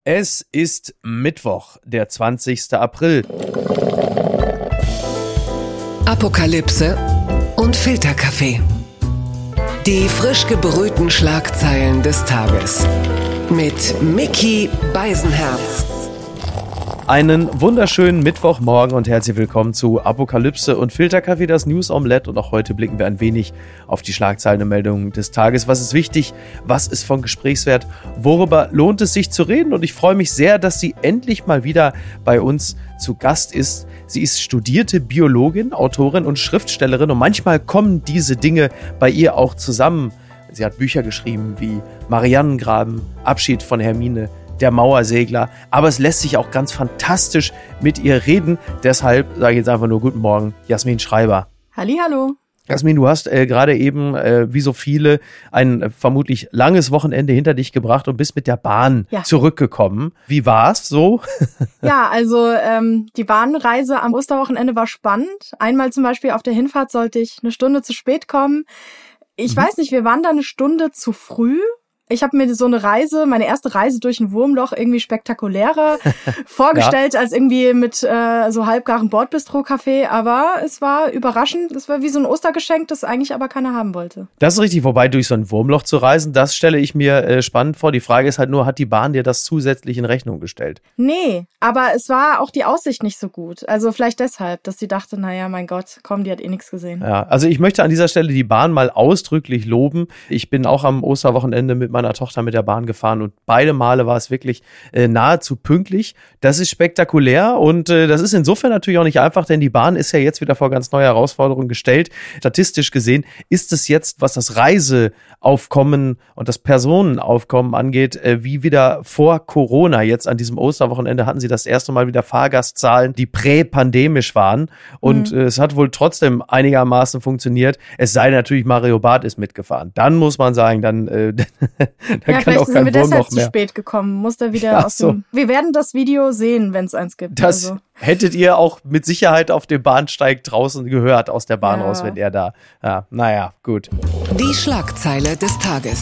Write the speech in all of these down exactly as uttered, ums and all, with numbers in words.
Es ist Mittwoch, der zwanzigster April. Apokalypse und Filterkaffee. Die frisch gebrühten Schlagzeilen des Tages. Mit Micky Beisenherz. Einen wunderschönen Mittwochmorgen und herzlich willkommen zu Apokalypse und Filterkaffee, das News Omelette. Und auch heute blicken wir ein wenig auf die Schlagzeilen und Meldungen des Tages. Was ist wichtig? Was ist von Gesprächswert? Worüber lohnt es sich zu reden? Und ich freue mich sehr, dass sie endlich mal wieder bei uns zu Gast ist. Sie ist studierte Biologin, Autorin und Schriftstellerin und manchmal kommen diese Dinge bei ihr auch zusammen. Sie hat Bücher geschrieben wie Mariannengraben, Abschied von Hermine, Der Mauersegler, aber es lässt sich auch ganz fantastisch mit ihr reden. Deshalb sage ich jetzt einfach nur guten Morgen, Jasmin Schreiber. Hallihallo. Jasmin, du hast äh, gerade eben, äh, wie so viele, ein äh, vermutlich langes Wochenende hinter dich gebracht und bist mit der Bahn ja. zurückgekommen. Wie war's so? Ja, also ähm, die Bahnreise am Osterwochenende war spannend. Einmal zum Beispiel auf der Hinfahrt sollte ich eine Stunde zu spät kommen. Ich mhm. weiß nicht, wir waren da eine Stunde zu früh. Ich habe mir so eine Reise, meine erste Reise durch ein Wurmloch irgendwie spektakulärer vorgestellt ja. als irgendwie mit äh, so halbgaren Bordbistro-Kaffee. Aber es war überraschend. Es war wie so ein Ostergeschenk, das eigentlich aber keiner haben wollte. Das ist richtig. Wobei durch so ein Wurmloch zu reisen, das stelle ich mir äh, spannend vor. Die Frage ist halt nur, hat die Bahn dir das zusätzlich in Rechnung gestellt? Nee, aber es war auch die Aussicht nicht so gut. Also vielleicht deshalb, dass sie dachte, naja, mein Gott, komm, die hat eh nichts gesehen. Ja, also ich möchte an dieser Stelle die Bahn mal ausdrücklich loben. Ich bin auch am Osterwochenende mit meiner Tochter mit der Bahn gefahren und beide Male war es wirklich äh, nahezu pünktlich. Das ist spektakulär und äh, das ist insofern natürlich auch nicht einfach, denn die Bahn ist ja jetzt wieder vor ganz neue Herausforderungen gestellt. Statistisch gesehen ist es jetzt, was das Reiseaufkommen und das Personenaufkommen angeht, äh, wie wieder vor Corona. Jetzt an diesem Osterwochenende hatten sie das erste Mal wieder Fahrgastzahlen, die prä-pandemisch waren und mhm. äh, es hat wohl trotzdem einigermaßen funktioniert. Es sei natürlich, Mario Barth ist mitgefahren. Dann muss man sagen, dann äh, Dann ja, vielleicht sind wir deshalb zu spät gekommen. Muss da wieder aus dem. Wir werden das Video sehen, wenn es eins gibt. Das also. hättet ihr auch mit Sicherheit auf dem Bahnsteig draußen gehört, aus der Bahn ja. raus, wenn er da. Ja, naja, gut. Die Schlagzeile des Tages.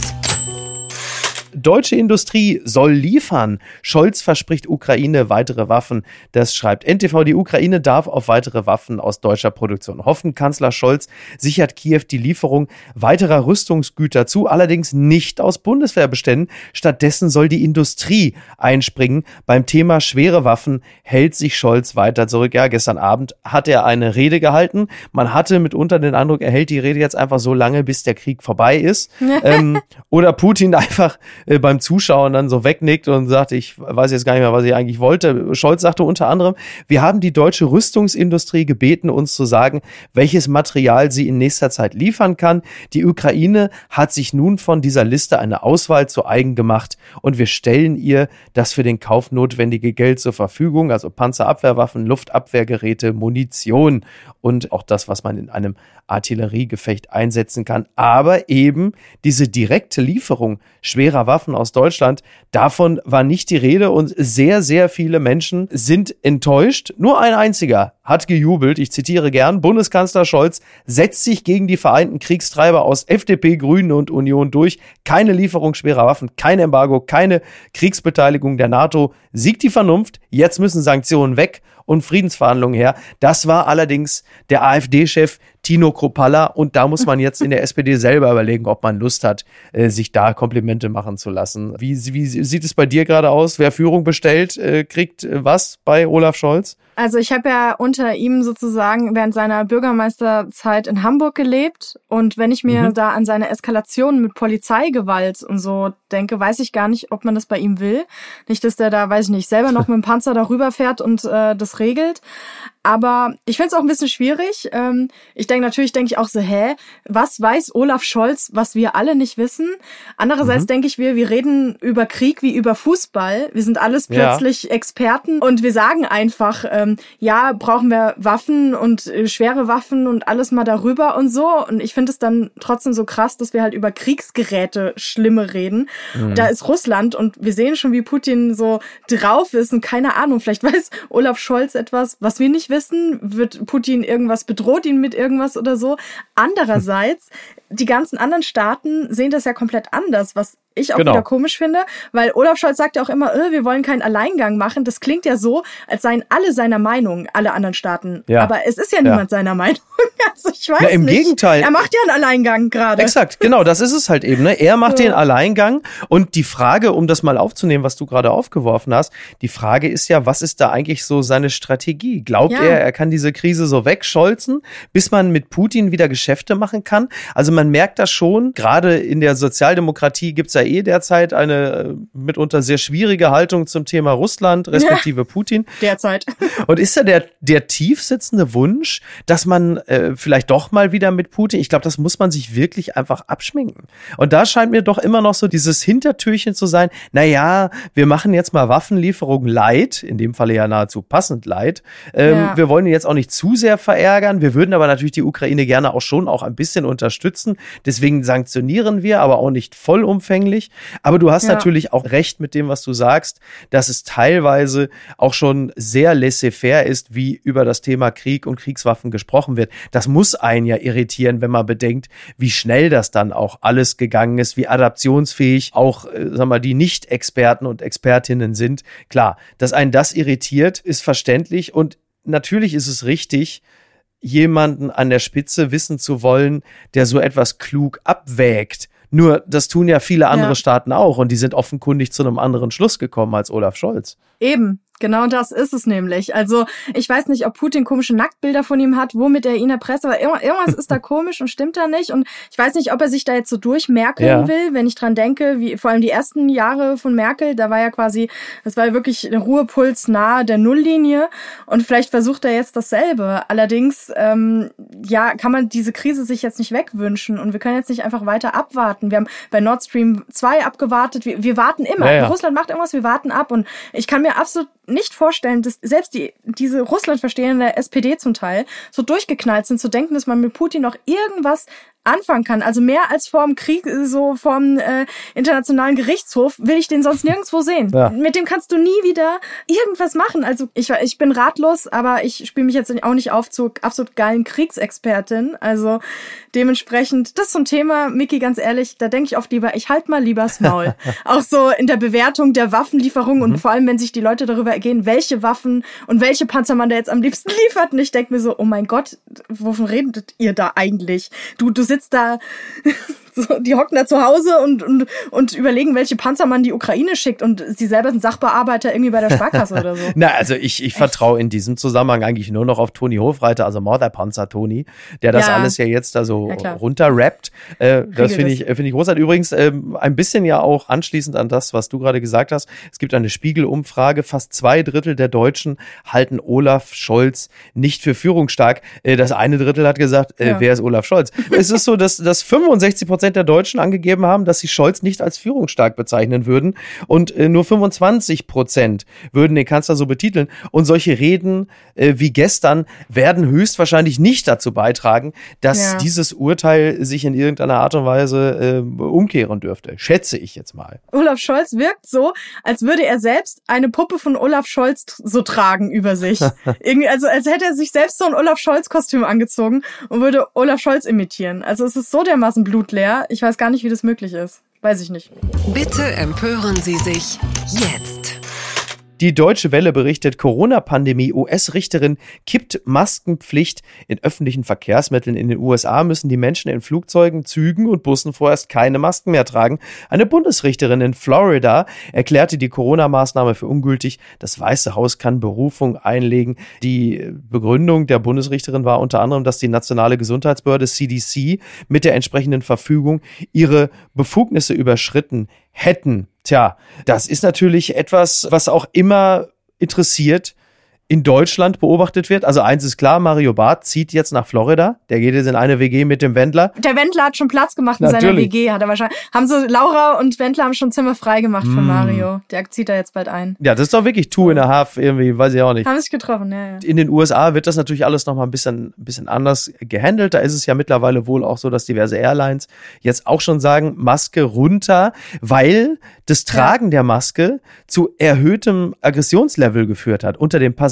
Deutsche Industrie soll liefern. Scholz verspricht Ukraine weitere Waffen. Das schreibt N T V. Die Ukraine darf auf weitere Waffen aus deutscher Produktion hoffen. Kanzler Scholz sichert Kiew die Lieferung weiterer Rüstungsgüter zu, allerdings nicht aus Bundeswehrbeständen. Stattdessen soll die Industrie einspringen. Beim Thema schwere Waffen hält sich Scholz weiter zurück. Ja, gestern Abend hat er eine Rede gehalten. Man hatte mitunter den Eindruck, er hält die Rede jetzt einfach so lange, bis der Krieg vorbei ist. ähm, oder Putin einfach beim Zuschauen dann so wegnickt und sagt, ich weiß jetzt gar nicht mehr, was ich eigentlich wollte. Scholz sagte unter anderem, wir haben die deutsche Rüstungsindustrie gebeten, uns zu sagen, welches Material sie in nächster Zeit liefern kann. Die Ukraine hat sich nun von dieser Liste eine Auswahl zu eigen gemacht und wir stellen ihr das für den Kauf notwendige Geld zur Verfügung, also Panzerabwehrwaffen, Luftabwehrgeräte, Munition und auch das, was man in einem Artilleriegefecht einsetzen kann. Aber eben diese direkte Lieferung schwerer Waffen aus Deutschland, davon war nicht die Rede und sehr, sehr viele Menschen sind enttäuscht. Nur ein einziger hat gejubelt, ich zitiere gern, Bundeskanzler Scholz setzt sich gegen die vereinten Kriegstreiber aus F D P, Grünen und Union durch. Keine Lieferung schwerer Waffen, kein Embargo, keine Kriegsbeteiligung der NATO. Siegt die Vernunft, jetzt müssen Sanktionen weg und Friedensverhandlungen her. Das war allerdings der AfD-Chef Tino Kruppalla und da muss man jetzt in der S P D selber überlegen, ob man Lust hat, äh, sich da Komplimente machen zu lassen. Wie, wie sieht es bei dir gerade aus? Wer Führung bestellt, äh, kriegt äh, was bei Olaf Scholz? Also ich habe ja unter ihm sozusagen während seiner Bürgermeisterzeit in Hamburg gelebt und wenn ich mir mhm. da an seine Eskalation mit Polizeigewalt und so denke, weiß ich gar nicht, ob man das bei ihm will. Nicht, dass der da, weiß ich nicht, selber noch mit dem Panzer darüber fährt und äh, das regelt. Aber ich finde es auch ein bisschen schwierig. Ähm, ich denke natürlich, denke ich auch so, hä, was weiß Olaf Scholz, was wir alle nicht wissen? Andererseits mhm. denke ich, wir, wir reden über Krieg wie über Fußball. Wir sind alles plötzlich ja. Experten und wir sagen einfach, ähm, ja, brauchen wir Waffen und äh, schwere Waffen und alles mal darüber und so. Und ich finde es dann trotzdem so krass, dass wir halt über Kriegsgeräte Schlimme reden. Mhm. Da ist Russland und wir sehen schon, wie Putin so drauf ist und keine Ahnung, vielleicht weiß Olaf Scholz etwas, was wir nicht wissen. Wird Putin irgendwas, bedroht ihn mit irgendwas oder so. Andererseits die ganzen anderen Staaten sehen das ja komplett anders, was ich auch genau. wieder komisch finde, weil Olaf Scholz sagt ja auch immer, äh, wir wollen keinen Alleingang machen. Das klingt ja so, als seien alle seiner Meinung, alle anderen Staaten. Ja. Aber es ist ja niemand ja. seiner Meinung. Also ich weiß Na, im nicht. Gegenteil. Er macht ja einen Alleingang gerade. Exakt, genau, das ist es halt eben. Ne? Er macht ja. den Alleingang und die Frage, um das mal aufzunehmen, was du gerade aufgeworfen hast, die Frage ist ja, was ist da eigentlich so seine Strategie? Glaubt ja. er, er kann diese Krise so wegscholzen, bis man mit Putin wieder Geschäfte machen kann? Also man merkt das schon, gerade in der Sozialdemokratie gibt's ja eh derzeit eine mitunter sehr schwierige Haltung zum Thema Russland, respektive ja. Putin. Derzeit. Und ist da der, der tief sitzende Wunsch, dass man äh, vielleicht doch mal wieder mit Putin, ich glaube, das muss man sich wirklich einfach abschminken. Und da scheint mir doch immer noch so dieses Hintertürchen zu sein, naja, wir machen jetzt mal Waffenlieferungen light, in dem Falle ja nahezu passend light. Ähm, ja. Wir wollen ihn jetzt auch nicht zu sehr verärgern, wir würden aber natürlich die Ukraine gerne auch schon auch ein bisschen unterstützen. Deswegen sanktionieren wir, aber auch nicht vollumfänglich. Aber du hast ja. natürlich auch recht mit dem, was du sagst, dass es teilweise auch schon sehr laissez-faire ist, wie über das Thema Krieg und Kriegswaffen gesprochen wird. Das muss einen ja irritieren, wenn man bedenkt, wie schnell das dann auch alles gegangen ist, wie adaptionsfähig auch, äh, sag mal, die Nicht-Experten und Expertinnen sind. Klar, dass einen das irritiert, ist verständlich und natürlich ist es richtig, jemanden an der Spitze wissen zu wollen, der so etwas klug abwägt. Nur, das tun ja viele andere ja. Staaten auch und die sind offenkundig zu einem anderen Schluss gekommen als Olaf Scholz. Eben. Genau das ist es nämlich. Also ich weiß nicht, ob Putin komische Nacktbilder von ihm hat, womit er ihn erpresst, aber irgendwas ist da komisch und stimmt da nicht. Und ich weiß nicht, ob er sich da jetzt so durchmerkeln ja. will, wenn ich dran denke, wie vor allem die ersten Jahre von Merkel, da war ja quasi, das war ja wirklich ein Ruhepuls nahe der Nulllinie und vielleicht versucht er jetzt dasselbe. Allerdings, ähm, ja, kann man diese Krise sich jetzt nicht wegwünschen und wir können jetzt nicht einfach weiter abwarten. Wir haben bei Nord Stream zwei abgewartet, wir, wir warten immer. Ja, ja. Russland macht irgendwas, wir warten ab und ich kann mir absolut nicht vorstellen, dass selbst die diese Russland-verstehende S P D zum Teil so durchgeknallt sind, zu denken, dass man mit Putin noch irgendwas anfangen kann. Also mehr als vorm Krieg, so vorm äh, internationalen Gerichtshof, will ich den sonst nirgendwo sehen. Ja. Mit dem kannst du nie wieder irgendwas machen. Also ich ich bin ratlos, aber ich spiele mich jetzt auch nicht auf zur absolut geilen Kriegsexpertin. Also dementsprechend, das ist so ein Thema, Miki, ganz ehrlich, da denke ich oft lieber, ich halte mal lieber das Maul. Auch so in der Bewertung der Waffenlieferung mhm. und vor allem, wenn sich die Leute darüber ergehen, welche Waffen und welche Panzer man da jetzt am liebsten liefert. Und ich denke mir so, oh mein Gott, wovon redet ihr da eigentlich? Du, du sitzt da, so, die hocken da zu Hause und, und, und überlegen, welche Panzer man die Ukraine schickt und sie selber sind Sachbearbeiter irgendwie bei der Sparkasse oder so. Na, also ich, ich vertraue in diesem Zusammenhang eigentlich nur noch auf Toni Hofreiter, also Mörderpanzer Toni, der das ja. alles ja jetzt da so ja, runterrappt. Äh, das finde ich, finde ich großartig. Übrigens, äh, ein bisschen ja auch anschließend an das, was du gerade gesagt hast. Es gibt eine Spiegel-Umfrage, fast zwei Drittel der Deutschen halten Olaf Scholz nicht für führungsstark. Äh, das eine Drittel hat gesagt, äh, ja. wer ist Olaf Scholz? Es ist so, dass, dass fünfundsechzig Prozent der Deutschen angegeben haben, dass sie Scholz nicht als führungsstark bezeichnen würden und äh, nur fünfundzwanzig Prozent würden den Kanzler so betiteln. Und solche Reden äh, wie gestern werden höchstwahrscheinlich nicht dazu beitragen, dass ja. dieses Urteil sich in irgendeiner Art und Weise äh, umkehren dürfte. Schätze ich jetzt mal. Olaf Scholz wirkt so, als würde er selbst eine Puppe von Olaf Scholz so tragen über sich. Irgendwie, also als hätte er sich selbst so ein Olaf Scholz-Kostüm angezogen und würde Olaf Scholz imitieren. Also es ist so dermaßen blutleer. Ich weiß gar nicht, wie das möglich ist. Weiß ich nicht. Bitte empören Sie sich jetzt. Die Deutsche Welle berichtet, Corona-Pandemie, U S-Richterin kippt Maskenpflicht in öffentlichen Verkehrsmitteln. In den U S A müssen die Menschen in Flugzeugen, Zügen und Bussen vorerst keine Masken mehr tragen. Eine Bundesrichterin in Florida erklärte die Corona-Maßnahme für ungültig. Das Weiße Haus kann Berufung einlegen. Die Begründung der Bundesrichterin war unter anderem, dass die nationale Gesundheitsbehörde C D C mit der entsprechenden Verfügung ihre Befugnisse überschritten hätten. Tja, das ist natürlich etwas, was auch immer interessiert, in Deutschland beobachtet wird. Also eins ist klar, Mario Barth zieht jetzt nach Florida. Der geht jetzt in eine W G mit dem Wendler. Der Wendler hat schon Platz gemacht in Natürlich. seiner W G. Hat er wahrscheinlich. Haben so Laura und Wendler haben schon Zimmer frei gemacht mm. für Mario. Der zieht da jetzt bald ein. Ja, das ist doch wirklich two and a half irgendwie, weiß ich auch nicht. Haben sich getroffen, ja, ja. In den U S A wird das natürlich alles nochmal ein bisschen, ein bisschen anders gehandelt. Da ist es ja mittlerweile wohl auch so, dass diverse Airlines jetzt auch schon sagen, Maske runter, weil das Tragen ja. der Maske zu erhöhtem Aggressionslevel geführt hat unter den Passagieren.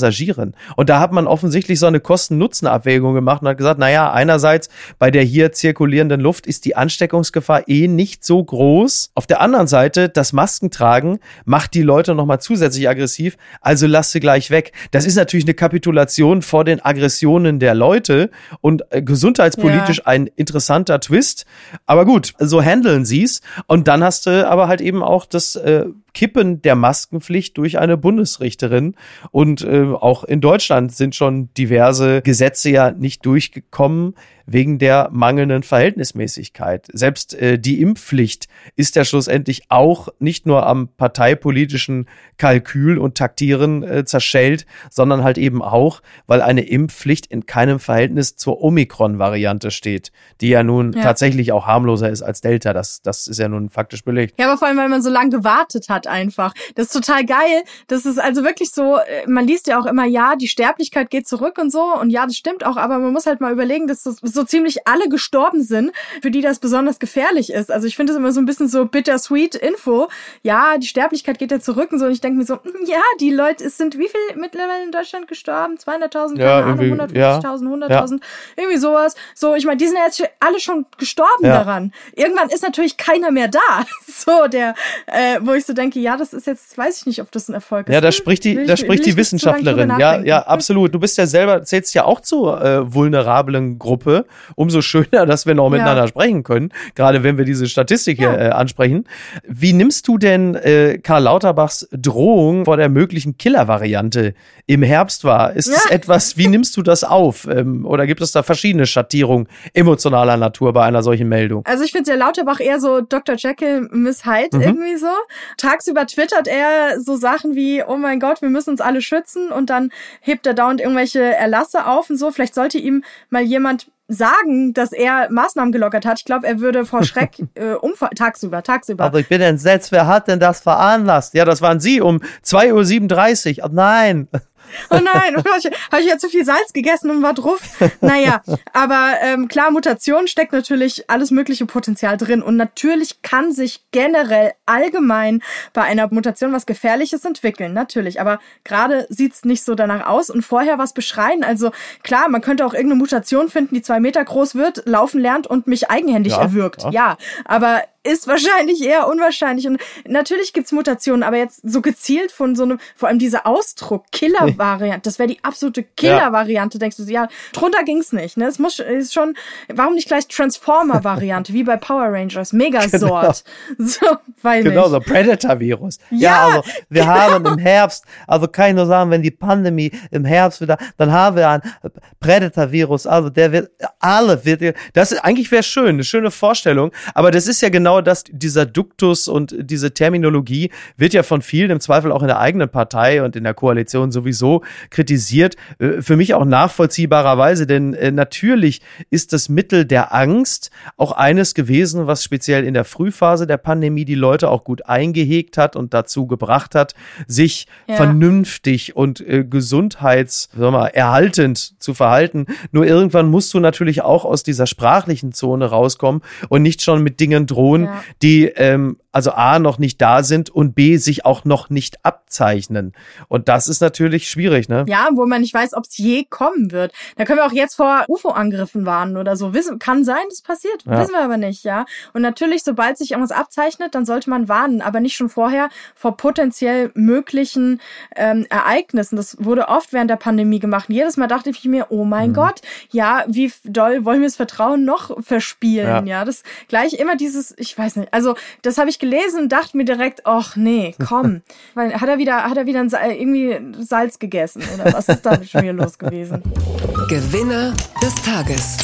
Passagieren. Und da hat man offensichtlich so eine Kosten-Nutzen-Abwägung gemacht und hat gesagt, naja, einerseits bei der hier zirkulierenden Luft ist die Ansteckungsgefahr eh nicht so groß. Auf der anderen Seite, das Maskentragen macht die Leute nochmal zusätzlich aggressiv, also lass sie gleich weg. Das ist natürlich eine Kapitulation vor den Aggressionen der Leute und äh, gesundheitspolitisch ja. ein interessanter Twist. Aber gut, so handeln sie's. Und dann hast du aber halt eben auch das äh, Kippen der Maskenpflicht durch eine Bundesrichterin. Und äh, auch in Deutschland sind schon diverse Gesetze ja nicht durchgekommen wegen der mangelnden Verhältnismäßigkeit. Selbst äh, die Impfpflicht ist ja schlussendlich auch nicht nur am parteipolitischen Kalkül und Taktieren äh, zerschellt, sondern halt eben auch, weil eine Impfpflicht in keinem Verhältnis zur Omikron-Variante steht, die ja nun ja. tatsächlich auch harmloser ist als Delta. Das, das ist ja nun faktisch belegt. Ja, aber vor allem, weil man so lange gewartet hat einfach. Das ist total geil. Das ist also wirklich so, man liest ja auch immer, ja, die Sterblichkeit geht zurück und so. Und ja, das stimmt auch, aber man muss halt mal überlegen, dass das so ziemlich alle gestorben sind, für die das besonders gefährlich ist. Also ich finde es immer so ein bisschen so bittersweet Info. Ja, die Sterblichkeit geht ja zurück und so. Und ich denke mir so, ja, die Leute, es sind wie viel mittlerweile in Deutschland gestorben? zweihunderttausend, ja, keine Ahnung, hundertfünfzigtausend, ja, hunderttausend, ja. irgendwie sowas. So, ich meine, die sind ja jetzt alle schon gestorben ja. daran. Irgendwann ist natürlich keiner mehr da. So, der, äh, wo ich so denke, ja, das ist jetzt, weiß ich nicht, ob das ein Erfolg ist. Ja, da spricht die, da spricht die Wissenschaftlerin. Ja, ja, absolut. Du bist ja selber, zählst ja auch zur äh, vulnerablen Gruppe. Umso schöner, dass wir noch miteinander ja. sprechen können, gerade wenn wir diese Statistik ja. hier äh, ansprechen. Wie nimmst du denn äh, Karl Lauterbachs Drohung vor der möglichen Killer-Variante im Herbst wahr? Ist es ja. etwas, wie nimmst du das auf? Ähm, oder gibt es da verschiedene Schattierungen emotionaler Natur bei einer solchen Meldung? Also ich finde ja Lauterbach eher so Doktor Jekyll, Miss Hyde mhm. irgendwie so. Tagsüber twittert er so Sachen wie, oh mein Gott, wir müssen uns alle schützen, und dann hebt er dauernd irgendwelche Erlasse auf und so. Vielleicht sollte ihm mal jemand sagen, dass er Maßnahmen gelockert hat. Ich glaube, er würde vor Schreck äh, umfallen. Tagsüber, tagsüber. Aber ich bin entsetzt, wer hat denn das veranlasst? Ja, das waren Sie um zwei Uhr siebenunddreißig. Oh nein. Oh nein, habe ich, hab ich ja zu viel Salz gegessen und war drauf. Naja, aber ähm, klar, Mutation steckt natürlich alles mögliche Potenzial drin. Und natürlich kann sich generell allgemein bei einer Mutation was Gefährliches entwickeln. Natürlich, aber gerade sieht's nicht so danach aus. Und vorher was beschreien. Also klar, man könnte auch irgendeine Mutation finden, die zwei Meter groß wird, laufen lernt und mich eigenhändig ja, erwürgt. Ja, ja, aber ist wahrscheinlich eher unwahrscheinlich. Und natürlich gibt's Mutationen, aber jetzt so gezielt von so einem, vor allem dieser Ausdruck, Killer-Variante, das wäre die absolute Killer-Variante, denkst du, ja, drunter ging's nicht, ne? Es muss, ist schon, warum nicht gleich Transformer-Variante, wie bei Power Rangers, Megasort. Genau. So, weil Genau, nicht. so Predator-Virus. Ja, ja, also, wir haben im Herbst, also kann ich nur sagen, wenn die Pandemie im Herbst wieder, dann haben wir ein Predator-Virus, also der wird, alle wird, das ist, eigentlich wäre schön, eine schöne Vorstellung, aber das ist ja genau das, dieser Duktus und diese Terminologie wird ja von vielen im Zweifel auch in der eigenen Partei und in der Koalition sowieso kritisiert. Für mich auch nachvollziehbarerweise, denn natürlich ist das Mittel der Angst auch eines gewesen, was speziell in der Frühphase der Pandemie die Leute auch gut eingehegt hat und dazu gebracht hat, sich ja. vernünftig und äh, gesundheits, sagen wir mal, erhaltend zu verhalten. Nur irgendwann musst du natürlich auch aus dieser sprachlichen Zone rauskommen und nicht schon mit Dingen drohen, ja. die ähm, also A, noch nicht da sind und B, sich auch noch nicht abzeichnen. Und das ist natürlich schwierig, ne? Ja, wo man nicht weiß, ob es je kommen wird. Da können wir auch jetzt vor U F O-Angriffen warnen oder so. Wissen, kann sein, das passiert. Ja. Wissen wir aber nicht, ja. Und natürlich, sobald sich irgendwas abzeichnet, dann sollte man warnen, aber nicht schon vorher vor potenziell möglichen ähm, Ereignissen. Das wurde oft während der Pandemie gemacht. Und jedes Mal dachte ich mir, oh mein mhm. Gott, ja, wie doll wollen wir das Vertrauen noch verspielen, ja. ja. Das gleich immer dieses, ich weiß nicht, also das habe ich gelesen und dachte mir direkt, ach nee, komm. Weil hat er wieder, hat er wieder ein, irgendwie Salz gegessen oder was ist da schon wieder los gewesen? Gewinner des Tages.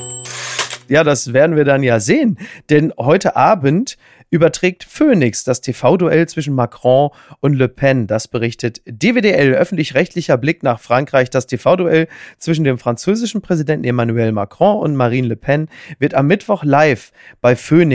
Ja, das werden wir dann ja sehen, denn heute Abend überträgt Phoenix das T V-Duell zwischen Macron und Le Pen. Das berichtet D W D L, öffentlich-rechtlicher Blick nach Frankreich. Das T V-Duell zwischen dem französischen Präsidenten Emmanuel Macron und Marine Le Pen wird am Mittwoch live bei Phoenix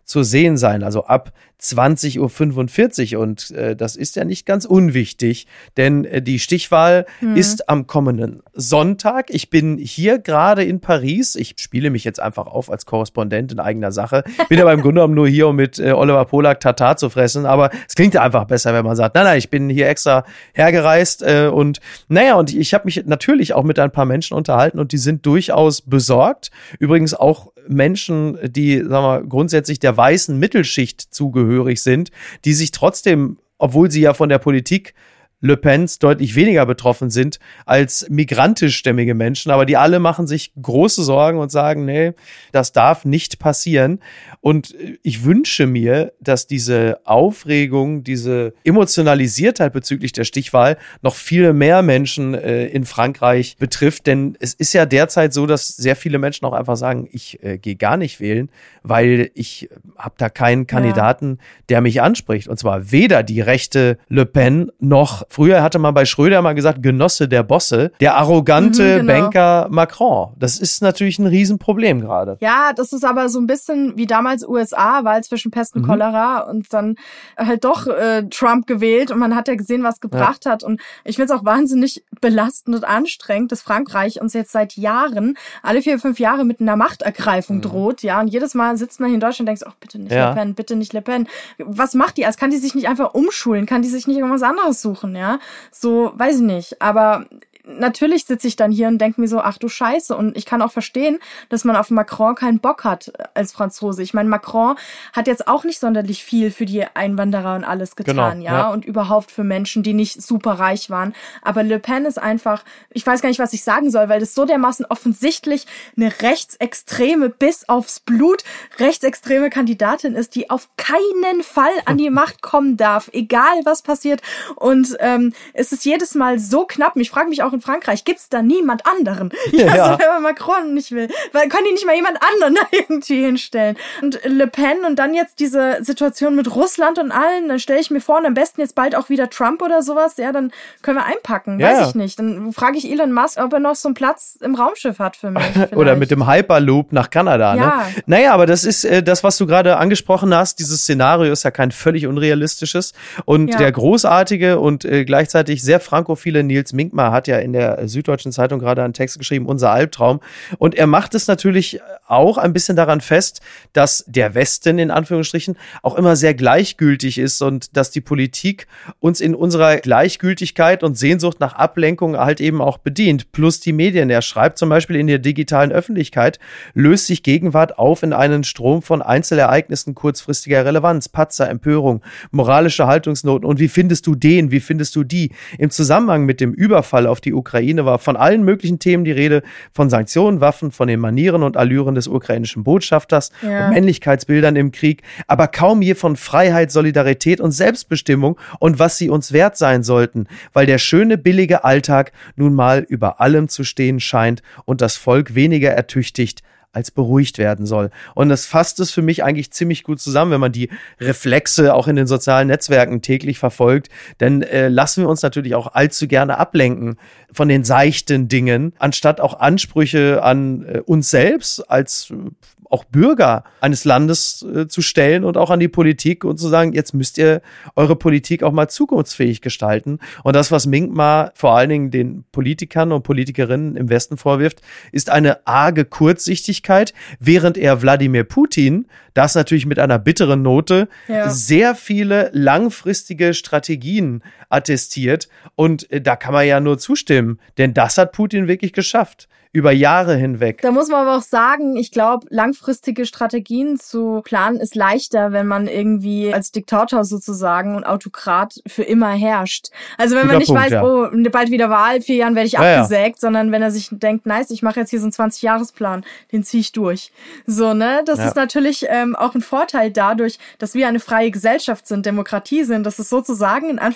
zu sehen sein, also ab zwanzig Uhr fünfundvierzig. Und äh, das ist ja nicht ganz unwichtig, denn äh, die Stichwahl hm. ist am kommenden Sonntag. Ich bin hier gerade in Paris. Ich spiele mich jetzt einfach auf als Korrespondent in eigener Sache. Bin aber im Grunde genommen nur hier, um mit äh, Oliver Polak Tatar zu fressen. Aber es klingt ja einfach besser, wenn man sagt, nein, nein, ich bin hier extra hergereist. Äh, und naja, und ich habe mich natürlich auch mit ein paar Menschen unterhalten und die sind durchaus besorgt. Übrigens auch Menschen, die, sagen wir, grundsätzlich der weißen Mittelschicht zugehörig sind, die sich trotzdem, obwohl sie ja von der Politik Le Pens deutlich weniger betroffen sind als migrantischstämmige Menschen, aber die alle machen sich große Sorgen und sagen, nee, das darf nicht passieren. Und ich wünsche mir, dass diese Aufregung, diese Emotionalisiertheit bezüglich der Stichwahl noch viel mehr Menschen äh, in Frankreich betrifft, denn es ist ja derzeit so, dass sehr viele Menschen auch einfach sagen, ich äh, gehe gar nicht wählen, weil ich habe da keinen Kandidaten, ja. der mich anspricht. Und zwar weder die rechte Le Pen noch, früher hatte man bei Schröder mal gesagt, Genosse der Bosse, der arrogante mhm, genau. Banker Macron. Das ist natürlich ein Riesenproblem gerade. Ja, das ist aber so ein bisschen wie damals U S A, Wahl zwischen Pest und mhm. Cholera und dann halt doch äh, Trump gewählt und man hat ja gesehen, was gebracht ja. hat. Und ich finde es auch wahnsinnig belastend und anstrengend, dass Frankreich uns jetzt seit Jahren, alle vier, fünf Jahre mit einer Machtergreifung mhm. droht. Ja, und jedes Mal sitzt man hier in Deutschland und denkt, oh, bitte nicht ja. Le Pen, bitte nicht Le Pen. Was macht die? Als kann die sich nicht einfach umschulen? Kann die sich nicht irgendwas anderes suchen? Ja, so, weiß ich nicht. Aber natürlich sitze ich dann hier und denke mir so, ach du Scheiße. Und ich kann auch verstehen, dass man auf Macron keinen Bock hat als Franzose. Ich meine, Macron hat jetzt auch nicht sonderlich viel für die Einwanderer und alles getan, genau, ja? ja, und überhaupt für Menschen, die nicht super reich waren. Aber Le Pen ist einfach, ich weiß gar nicht, was ich sagen soll, weil das so dermaßen offensichtlich eine rechtsextreme, bis aufs Blut rechtsextreme Kandidatin ist, die auf keinen Fall an die Macht kommen darf, egal was passiert. Und ähm, es ist jedes Mal so knapp. Ich frage mich auch in Frankreich, gibt's da niemand anderen? Ja, ja. So, wenn man Macron nicht will. Weil können die nicht mal jemand anderen da irgendwie hinstellen? Und Le Pen und dann jetzt diese Situation mit Russland und allen, dann stelle ich mir vor, und am besten jetzt bald auch wieder Trump oder sowas, ja, dann können wir einpacken. Ja, weiß ich nicht. Dann frage ich Elon Musk, ob er noch so einen Platz im Raumschiff hat für mich. Vielleicht. Oder mit dem Hyperloop nach Kanada. Ja. Ne? Naja, aber das ist äh, das, was du gerade angesprochen hast. Dieses Szenario ist ja kein völlig unrealistisches. Und ja. der großartige und äh, gleichzeitig sehr frankophile Nils Minkmar hat ja in der Süddeutschen Zeitung gerade einen Text geschrieben, unser Albtraum. Und er macht es natürlich auch ein bisschen daran fest, dass der Westen in Anführungsstrichen auch immer sehr gleichgültig ist und dass die Politik uns in unserer Gleichgültigkeit und Sehnsucht nach Ablenkung halt eben auch bedient. Plus die Medien. Er schreibt zum Beispiel, in der digitalen Öffentlichkeit löst sich Gegenwart auf in einen Strom von Einzelereignissen kurzfristiger Relevanz, Patzer, Empörung, moralische Haltungsnoten. Und wie findest du den? Wie findest du die? Im Zusammenhang mit dem Überfall auf die Ukraine war von allen möglichen Themen die Rede, von Sanktionen, Waffen, von den Manieren und Allüren des ukrainischen Botschafters, ja. und Männlichkeitsbildern im Krieg, aber kaum je von Freiheit, Solidarität und Selbstbestimmung und was sie uns wert sein sollten, weil der schöne, billige Alltag nun mal über allem zu stehen scheint und das Volk weniger ertüchtigt als beruhigt werden soll. Und das fasst es für mich eigentlich ziemlich gut zusammen, wenn man die Reflexe auch in den sozialen Netzwerken täglich verfolgt. Denn äh, lassen wir uns natürlich auch allzu gerne ablenken von den seichten Dingen, anstatt auch Ansprüche an äh, uns selbst als äh, auch Bürger eines Landes äh, zu stellen und auch an die Politik und zu sagen, jetzt müsst ihr eure Politik auch mal zukunftsfähig gestalten. Und das, was Minkmar vor allen Dingen den Politikern und Politikerinnen im Westen vorwirft, ist eine arge Kurzsichtigkeit, während er Wladimir Putin, das natürlich mit einer bitteren Note, ja. sehr viele langfristige Strategien attestiert. Und äh, da kann man ja nur zustimmen, denn das hat Putin wirklich geschafft. Über Jahre hinweg. Da muss man aber auch sagen, ich glaube, langfristige Strategien zu planen ist leichter, wenn man irgendwie als Diktator sozusagen und Autokrat für immer herrscht. Also wenn Guter man nicht Punkt, weiß, ja. oh, bald wieder Wahl, vier Jahren werde ich ja, abgesägt, ja. sondern wenn er sich denkt, nice, ich mache jetzt hier so einen zwanzig-Jahres-Plan, den ziehe ich durch. So, ne? Das ja. ist natürlich ähm, auch ein Vorteil dadurch, dass wir eine freie Gesellschaft sind, Demokratie sind, dass es sozusagen in Anführungsstrichen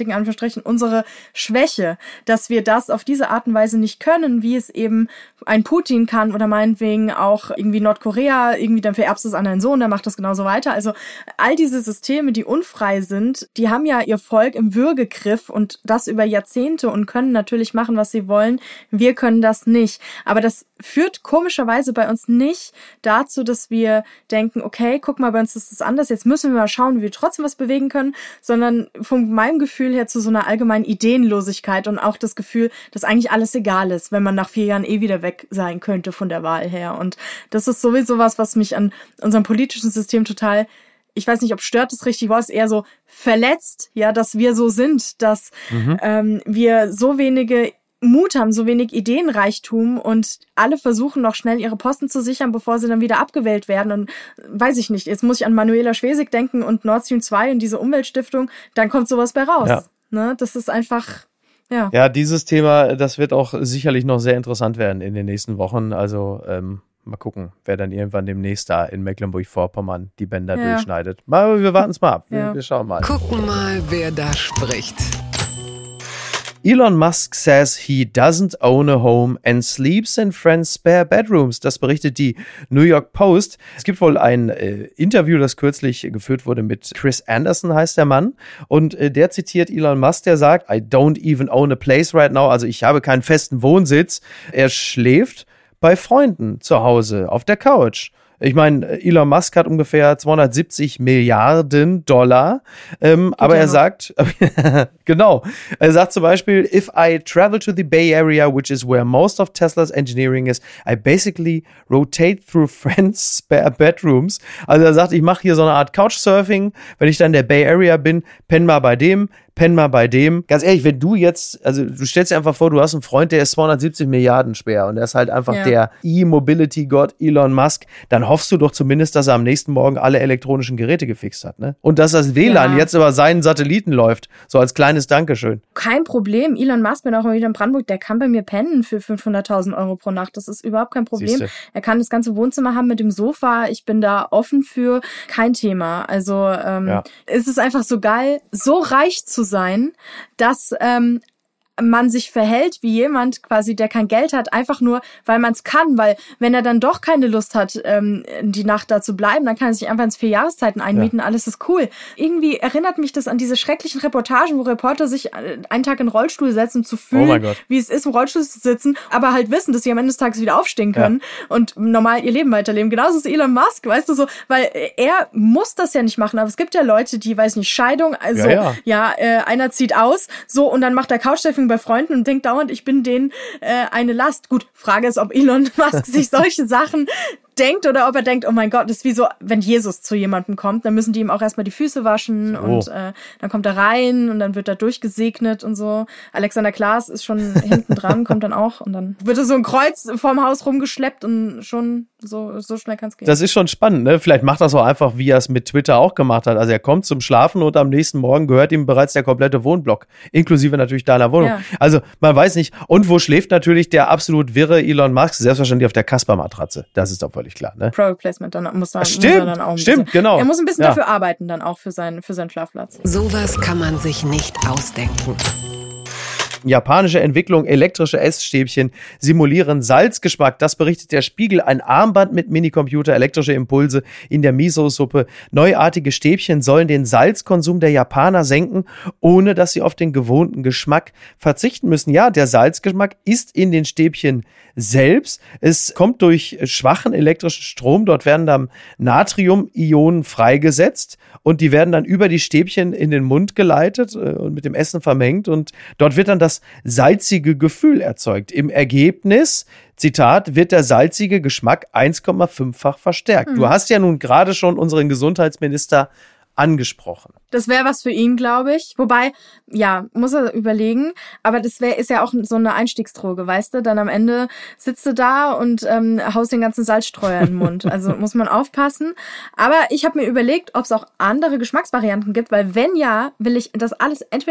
dicken Anführungsstrichen, unsere Schwäche, dass wir das auf diese Art und Weise nicht können, wie es eben ein Putin kann oder meinetwegen auch irgendwie Nordkorea, irgendwie dann vererbst du es an deinen Sohn, der macht das genauso weiter. Also all diese Systeme, die unfrei sind, die haben ja ihr Volk im Würgegriff und das über Jahrzehnte und können natürlich machen, was sie wollen. Wir können das nicht. Aber das führt komischerweise bei uns nicht dazu, dass wir denken, okay, guck mal, bei uns ist das anders, jetzt müssen wir mal schauen, wie wir trotzdem was bewegen können, sondern von meinem Gefühl her zu so einer allgemeinen Ideenlosigkeit und auch das Gefühl, dass eigentlich alles egal ist, wenn man nach vier Jahren eh wieder weg sein könnte von der Wahl her. Und das ist sowieso was, was mich an unserem politischen System total, ich weiß nicht, ob stört das richtig Wort, ist eher so verletzt, ja, dass wir so sind, dass mhm. ähm, wir so wenige Mut haben, so wenig Ideenreichtum und alle versuchen noch schnell ihre Posten zu sichern, bevor sie dann wieder abgewählt werden. Und weiß ich nicht, jetzt muss ich an Manuela Schwesig denken und Nord Stream zwei und diese Umweltstiftung, dann kommt sowas bei raus. Ja. Ne? Das ist einfach... Ja. ja, dieses Thema, das wird auch sicherlich noch sehr interessant werden in den nächsten Wochen. Also ähm, mal gucken, wer dann irgendwann demnächst da in Mecklenburg-Vorpommern die Bänder ja. durchschneidet. Mal, wir warten es mal ab. Ja. Wir, wir schauen mal. Gucken mal, wer da spricht. Elon Musk says he doesn't own a home and sleeps in friends' spare bedrooms. Das berichtet die New York Post. Es gibt wohl ein äh, Interview, das kürzlich geführt wurde mit Chris Anderson, heißt der Mann. Und äh, der zitiert Elon Musk, der sagt, I don't even own a place right now. Also ich habe keinen festen Wohnsitz. Er schläft bei Freunden zu Hause auf der Couch. Ich meine, Elon Musk hat ungefähr zweihundertsiebzig Milliarden Dollar, ähm, aber er sagt, genau, er sagt zum Beispiel, if I travel to the Bay Area, which is where most of Tesla's engineering is, I basically rotate through friends' spare bedrooms. Also er sagt, ich mache hier so eine Art Couchsurfing, wenn ich dann in der Bay Area bin, penn mal bei dem, penn mal bei dem. Ganz ehrlich, wenn du jetzt, also du stellst dir einfach vor, du hast einen Freund, der ist zweihundertsiebzig Milliarden schwer und der ist halt einfach ja. der E-Mobility-Gott Elon Musk, dann hoffst du doch zumindest, dass er am nächsten Morgen alle elektronischen Geräte gefixt hat, ne? Und dass das W L A N ja. jetzt über seinen Satelliten läuft, so als kleines Dankeschön. Kein Problem. Elon Musk, bin auch mal wieder in Brandenburg, der kann bei mir pennen für fünfhunderttausend Euro pro Nacht. Das ist überhaupt kein Problem. Siehste. Er kann das ganze Wohnzimmer haben mit dem Sofa. Ich bin da offen für. Kein Thema. Also ähm, ja. es ist einfach so geil, so reich zu sein, dass ähm, man sich verhält wie jemand quasi, der kein Geld hat, einfach nur, weil man es kann, weil wenn er dann doch keine Lust hat, ähm, die Nacht da zu bleiben, dann kann er sich einfach ins vier Jahreszeiten einmieten, ja. alles ist cool. Irgendwie erinnert mich das an diese schrecklichen Reportagen, wo Reporter sich einen Tag in den Rollstuhl setzen, um zu fühlen, oh wie es ist, im Rollstuhl zu sitzen, aber halt wissen, dass sie am Ende des Tages wieder aufstehen können ja. und normal ihr Leben weiterleben. Genauso ist Elon Musk, weißt du, so, weil er muss das ja nicht machen, aber es gibt ja Leute, die, weiß nicht, Scheidung, also ja, ja. ja äh, einer zieht aus, so, und dann macht er Couchsurfing bei Freunden und denkt dauernd, ich bin denen äh, eine Last. Gut, Frage ist, ob Elon Musk sich solche Sachen denkt oder ob er denkt, oh mein Gott, das ist wie so, wenn Jesus zu jemandem kommt, dann müssen die ihm auch erstmal die Füße waschen so. und äh, dann kommt er rein und dann wird er durchgesegnet und so. Alexander Klaas ist schon hinten dran, kommt dann auch und dann wird er so ein Kreuz vorm Haus rumgeschleppt und schon so so schnell kann es gehen. Das ist schon spannend, ne? Vielleicht macht das auch einfach, wie er es mit Twitter auch gemacht hat. Also er kommt zum Schlafen und am nächsten Morgen gehört ihm bereits der komplette Wohnblock, inklusive natürlich deiner Wohnung. Ja. Also man weiß nicht. Und wo schläft natürlich der absolut wirre Elon Musk? Selbstverständlich auf der Casper-Matratze. Das ist doch völlig klar, ne? Product Placement, dann muss, man, stimmt, muss er dann auch ein stimmt, bisschen, genau. Er muss ein bisschen ja. dafür arbeiten, dann auch für seinen, für seinen Schlafplatz. Sowas kann man sich nicht ausdenken. Japanische Entwicklung, elektrische Essstäbchen simulieren Salzgeschmack. Das berichtet der Spiegel. Ein Armband mit Minicomputer, elektrische Impulse in der Miso-Suppe. Neuartige Stäbchen sollen den Salzkonsum der Japaner senken, ohne dass sie auf den gewohnten Geschmack verzichten müssen. Ja, der Salzgeschmack ist in den Stäbchen selbst. Es kommt durch schwachen elektrischen Strom. Dort werden dann Natrium-Ionen freigesetzt und die werden dann über die Stäbchen in den Mund geleitet und mit dem Essen vermengt und dort wird dann das salzige Gefühl erzeugt. Im Ergebnis, Zitat, wird der salzige Geschmack eins Komma fünffach verstärkt. Mhm. Du hast ja nun gerade schon unseren Gesundheitsminister angesprochen. Das wäre was für ihn, glaube ich. Wobei, ja, muss er überlegen. Aber das wäre ist ja auch so eine Einstiegsdroge, weißt du? Dann am Ende sitzt du da und ähm, haust den ganzen Salzstreuer in den Mund. Also muss man aufpassen. Aber ich habe mir überlegt, ob es auch andere Geschmacksvarianten gibt, weil wenn ja, will ich das alles entweder nach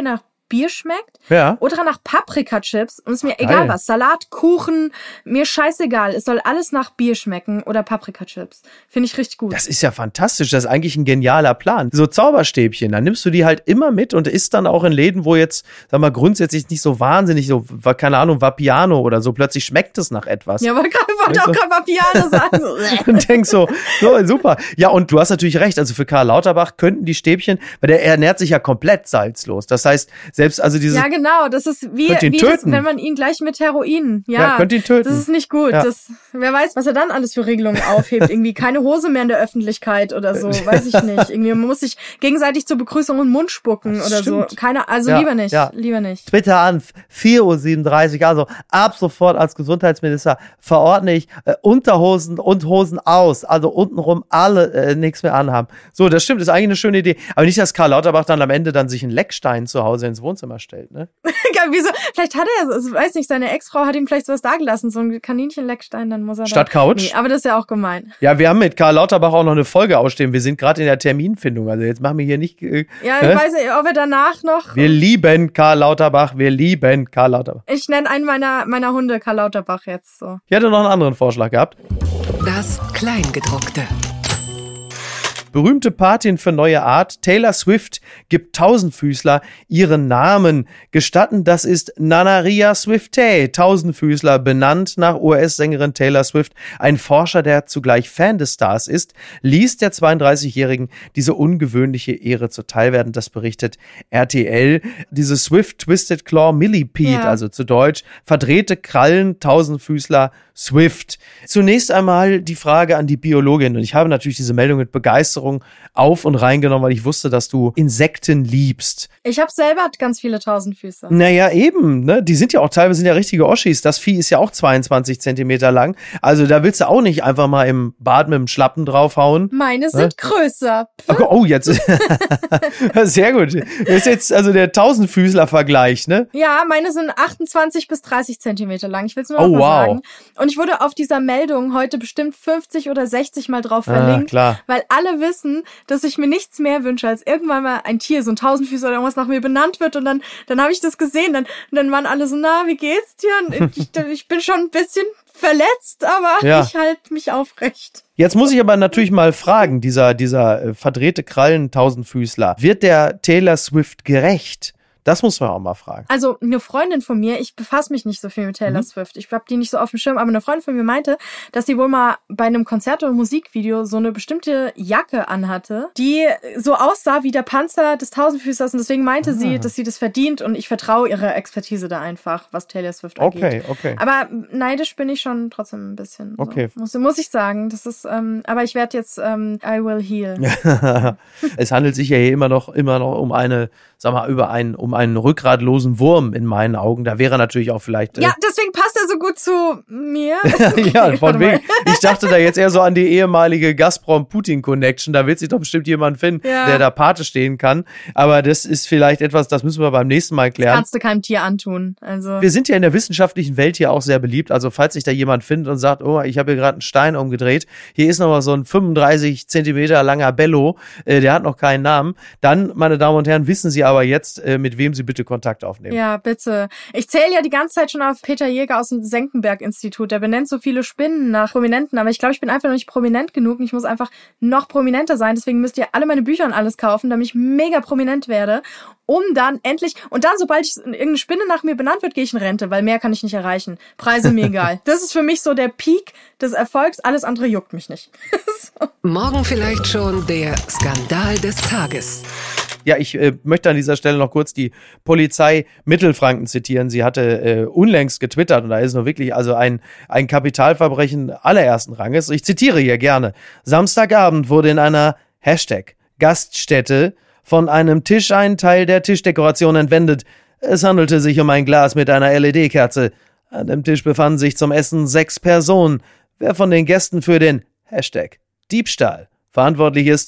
Bier schmeckt ja. oder nach Paprika-Chips und es ist mir Geil. egal was. Salat, Kuchen, mir scheißegal. Es soll alles nach Bier schmecken oder Paprika-Chips. Finde ich richtig gut. Das ist ja fantastisch. Das ist eigentlich ein genialer Plan. So Zauberstäbchen, dann nimmst du die halt immer mit und isst dann auch in Läden, wo jetzt, sag mal, grundsätzlich nicht so wahnsinnig, so, keine Ahnung, Vapiano oder so, plötzlich schmeckt es nach etwas. Ja, aber ich wollte auch so, gerade Vapiano sagen. So. Und denkst so, so, super. Ja, und du hast natürlich recht, also für Karl Lauterbach könnten die Stäbchen, weil der ernährt sich ja komplett salzlos. Das heißt, selbst, also diese. Ja, genau, das ist wie, wie das, wenn man ihn gleich mit Heroin, ja, ja könnt ihn töten. Das ist nicht gut. Ja. Das, wer weiß, was er dann alles für Regelungen aufhebt. Irgendwie keine Hose mehr in der Öffentlichkeit oder so, weiß ich nicht. Irgendwie, man muss sich gegenseitig zur Begrüßung in den Mund spucken das oder stimmt. so. Keine, also ja, lieber nicht, ja. lieber nicht. Twitter an vier Uhr siebenunddreißig, also ab sofort als Gesundheitsminister verordne ich äh, Unterhosen und Hosen aus, also untenrum alle äh, nichts mehr anhaben. So, das stimmt, ist eigentlich eine schöne Idee. Aber nicht, dass Karl Lauterbach dann am Ende dann sich einen Leckstein zu Hause ins Wohnzimmer stellt, ne? Wieso? Vielleicht hat er, also, weiß nicht, seine Ex-Frau hat ihm vielleicht sowas dagelassen, so ein Kaninchen-Leckstein, dann muss er Statt da, Couch? Nee, aber das ist ja auch gemein. Ja, wir haben mit Karl Lauterbach auch noch eine Folge ausstehen. Wir sind gerade in der Terminfindung, also jetzt machen wir hier nicht... Äh, ja, ich äh? weiß nicht, ob er danach noch... Wir lieben Karl Lauterbach, wir lieben Karl Lauterbach. Ich nenne einen meiner, meiner Hunde Karl Lauterbach jetzt so. Ich hätte noch einen anderen Vorschlag gehabt. Das Kleingedruckte. Berühmte Patin für neue Art, Taylor Swift, gibt Tausendfüßler ihren Namen. Gestatten, das ist Nanaria Swiftey, Tausendfüßler, benannt nach U S-Sängerin Taylor Swift. Ein Forscher, der zugleich Fan des Stars ist, ließ der zweiunddreißigjährigen diese ungewöhnliche Ehre zuteilwerden. Das berichtet R T L. Diese Swift Twisted Claw Millipede, ja. also zu Deutsch, verdrehte Krallen, Tausendfüßler, Swift. Zunächst einmal die Frage an die Biologin. Und ich habe natürlich diese Meldung mit Begeisterung auf und reingenommen, weil ich wusste, dass du Insekten liebst. Ich habe selber ganz viele Tausendfüßer. Naja, eben, ne? Die sind ja auch teilweise sind ja richtige Oschis. Das Vieh ist ja auch zweiundzwanzig Zentimeter lang. Also da willst du auch nicht einfach mal im Bad mit dem Schlappen draufhauen. Meine sind ne? größer. Oh, oh, jetzt. Sehr gut. Das ist jetzt also der Tausendfüßler-Vergleich, ne? Ja, meine sind achtundzwanzig bis dreißig Zentimeter lang. Ich will es nur Oh, noch mal wow. sagen. Und ich wurde auf dieser Meldung heute bestimmt fünfzig oder sechzig Mal drauf Ah, verlinkt, klar. weil alle wissen, dass ich mir nichts mehr wünsche, als irgendwann mal ein Tier, so ein Tausendfüßer oder irgendwas nach mir benannt wird. Und dann, dann habe ich das gesehen. Dann, dann waren alle so, na, wie geht's dir? Und ich, ich bin schon ein bisschen verletzt, aber Ja. ich halte mich aufrecht. Jetzt muss ich aber natürlich mal fragen, dieser, dieser äh, verdrehte Krallen-Tausendfüßler, wird der Taylor Swift gerecht? Das muss man auch mal fragen. Also eine Freundin von mir, ich befasse mich nicht so viel mit Taylor mhm. Swift, ich habe die nicht so auf dem Schirm, aber eine Freundin von mir meinte, dass sie wohl mal bei einem Konzert oder Musikvideo so eine bestimmte Jacke anhatte, die so aussah wie der Panzer des Tausendfüßers und deswegen meinte ah. sie, dass sie das verdient und ich vertraue ihrer Expertise da einfach, was Taylor Swift angeht. Okay, okay. Aber neidisch bin ich schon trotzdem ein bisschen. Okay. So. Muss, muss ich sagen, das ist, ähm, aber ich werde jetzt, ähm, I will heal. Es handelt sich ja hier immer noch, immer noch um eine, sag mal, über einen, um einen rückgratlosen Wurm in meinen Augen. Da wäre natürlich auch vielleicht... Äh ja, deswegen passt er so gut zu mir. ja, von wegen. Ich dachte da jetzt eher so an die ehemalige Gazprom-Putin-Connection. Da wird sich doch bestimmt jemand finden, ja. der da Pate stehen kann. Aber das ist vielleicht etwas, das müssen wir beim nächsten Mal klären. Das kannst du keinem Tier antun. Also wir sind ja in der wissenschaftlichen Welt hier auch sehr beliebt. Also falls sich da jemand findet und sagt, oh, ich habe hier gerade einen Stein umgedreht, hier ist noch mal so ein fünfunddreißig Zentimeter langer Bello, äh, der hat noch keinen Namen. Dann, meine Damen und Herren, wissen Sie aber jetzt, äh, mit wem Sie bitte Kontakt aufnehmen. Ja, bitte. Ich zähle ja die ganze Zeit schon auf Peter Jäger aus dem Senckenberg-Institut. Der benennt so viele Spinnen nach Prominenten, aber ich glaube, ich bin einfach noch nicht prominent genug und ich muss einfach noch prominenter sein. Deswegen müsst ihr alle meine Bücher und alles kaufen, damit ich mega prominent werde, um dann endlich, und dann, sobald ich irgendeine Spinne nach mir benannt wird, gehe ich in Rente, weil mehr kann ich nicht erreichen. Preise mir egal. Das ist für mich so der Peak des Erfolgs. Alles andere juckt mich nicht. so. Morgen vielleicht schon der Skandal des Tages. Ja, ich äh, möchte an dieser Stelle noch kurz die Polizei Mittelfranken zitieren. Sie hatte äh, unlängst getwittert und da ist nur wirklich also ein, ein Kapitalverbrechen allerersten Ranges. Ich zitiere hier gerne. Samstagabend wurde in einer Hashtag Gaststätte von einem Tisch ein Teil der Tischdekoration entwendet. Es handelte sich um ein Glas mit einer L E D-Kerze. An dem Tisch befanden sich zum Essen sechs Personen. Wer von den Gästen für den Hashtag Diebstahl verantwortlich ist,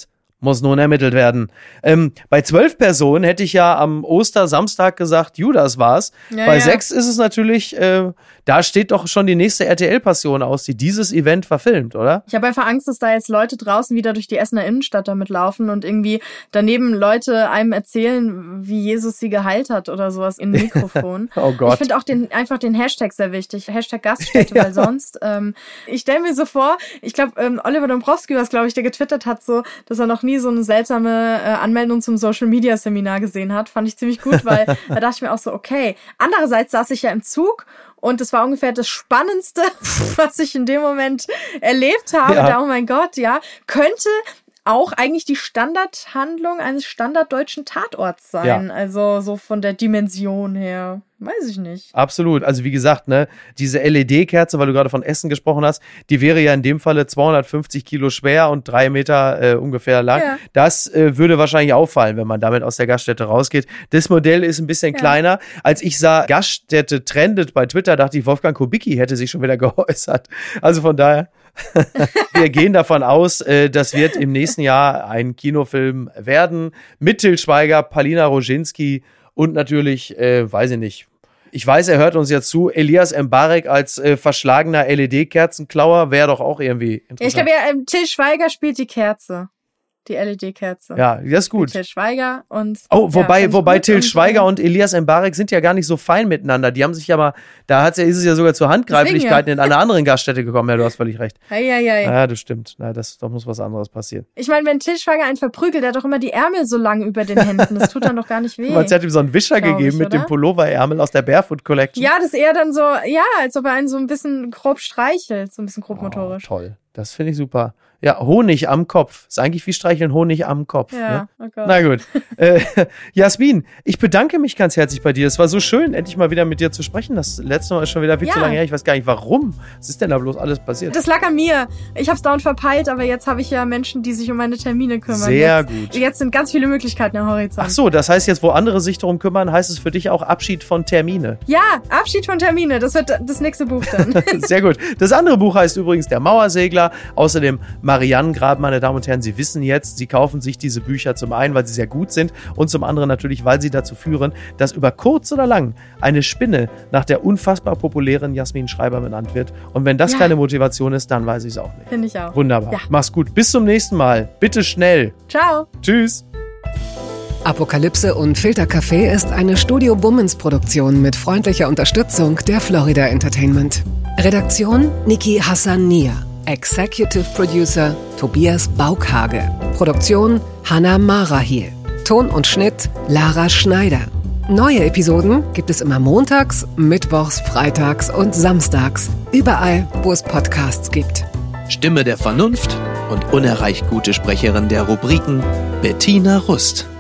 muss nun ermittelt werden. Ähm, bei zwölf Personen hätte ich ja am Ostersamstag gesagt, Judas war's. Ja, bei ja. sechs ist es natürlich, äh, da steht doch schon die nächste R T L-Passion aus, die dieses Event verfilmt, oder? Ich habe einfach Angst, dass da jetzt Leute draußen wieder durch die Essener Innenstadt damit laufen und irgendwie daneben Leute einem erzählen, wie Jesus sie geheilt hat oder sowas in Mikrofon. Oh Gott. Ich finde auch den, einfach den Hashtag sehr wichtig. Hashtag Gaststätte, ja. weil sonst, ähm, ich stelle mir so vor, ich glaube, ähm, Oliver Dombrowski war es, glaube ich, der getwittert hat, so, dass er noch nie so eine seltsame äh, Anmeldung zum Social-Media-Seminar gesehen hat. Fand ich ziemlich gut, weil da dachte ich mir auch so, okay. Andererseits saß ich ja im Zug und es war ungefähr das Spannendste, was ich in dem Moment erlebt habe. Ja. Da, oh mein Gott, ja, könnte auch eigentlich die Standardhandlung eines standarddeutschen Tatorts sein. Ja. Also so von der Dimension her. Weiß ich nicht. Absolut. Also wie gesagt, ne, diese L E D-Kerze, weil du gerade von Essen gesprochen hast, die wäre ja in dem Falle zweihundertfünfzig Kilo schwer und drei Meter äh, ungefähr lang. Ja. Das äh, würde wahrscheinlich auffallen, wenn man damit aus der Gaststätte rausgeht. Das Modell ist ein bisschen ja. kleiner. Als ich sah, Gaststätte trendet bei Twitter, dachte ich, Wolfgang Kubicki hätte sich schon wieder geäußert. Also von daher, wir gehen davon aus, äh, das wird im nächsten Jahr ein Kinofilm werden. Mit Til Schweiger, Palina Roginski und natürlich, äh, weiß ich nicht, ich weiß, er hört uns jetzt zu, Elias Mbarek als äh, verschlagener L E D-Kerzenklauer wäre doch auch irgendwie interessant. Ja, ich glaube ja, ähm, Til Schweiger spielt die Kerze. Die L E D-Kerze. Ja, das ist gut. Til Schweiger und... Oh, wobei, ja, wobei Til Schweiger und Elias Mbarek sind ja gar nicht so fein miteinander. Die haben sich ja mal, da hat's ja, ist es ja sogar zu Handgreiflichkeiten Deswegen, ja. in einer anderen Gaststätte gekommen. Ja, du hast völlig recht. Ja, ja, ja. Ja, das stimmt. Na, das, da muss was anderes passieren. Ich meine, wenn Til Schweiger einen verprügelt, der hat doch immer die Ärmel so lang über den Händen. Das tut dann doch gar nicht weh. Man hat ihm so einen Wischer gegeben ich, mit oder? dem Pulloverärmel aus der Barefoot Collection. Ja, das ist eher dann so, ja, als ob er einen so ein bisschen grob streichelt. So ein bisschen grob motorisch. Oh, toll. Das finde ich super. Ja, Honig am Kopf. Ist eigentlich wie streicheln Honig am Kopf. Ja, ne? oh Gott. Na gut. äh, Jasmin, ich bedanke mich ganz herzlich bei dir. Es war so schön, endlich mal wieder mit dir zu sprechen. Das letzte Mal ist schon wieder viel ja. zu lange her. Ich weiß gar nicht, warum. Was ist denn da bloß alles passiert? Das lag an mir. Ich habe es dauernd verpeilt, aber jetzt habe ich ja Menschen, die sich um meine Termine kümmern. Sehr jetzt, gut. Jetzt sind ganz viele Möglichkeiten am Horizont. Ach so, das heißt jetzt, wo andere sich darum kümmern, heißt es für dich auch Abschied von Termine. Ja, Abschied von Termine. Das wird das nächste Buch dann. Sehr gut. Das andere Buch heißt übrigens Der Mauersegler. Außerdem Mariannengrab, meine Damen und Herren, Sie wissen jetzt, Sie kaufen sich diese Bücher zum einen, weil sie sehr gut sind und zum anderen natürlich, weil sie dazu führen, dass über kurz oder lang eine Spinne nach der unfassbar populären Jasmin Schreiber benannt wird. Und wenn das ja. keine Motivation ist, dann weiß ich es auch nicht. Finde ich auch. Wunderbar. Ja. Mach's gut. Bis zum nächsten Mal. Bitte schnell. Ciao. Tschüss. Apokalypse und Filtercafé ist eine Studio Bummens Produktion mit freundlicher Unterstützung der Florida Entertainment. Redaktion Niki Hassania. Executive Producer Tobias Baukhage. Produktion Hannah Marahiel. Ton und Schnitt Lara Schneider. Neue Episoden gibt es immer montags, mittwochs, freitags und samstags. Überall, wo es Podcasts gibt. Stimme der Vernunft und unerreicht gute Sprecherin der Rubriken Bettina Rust.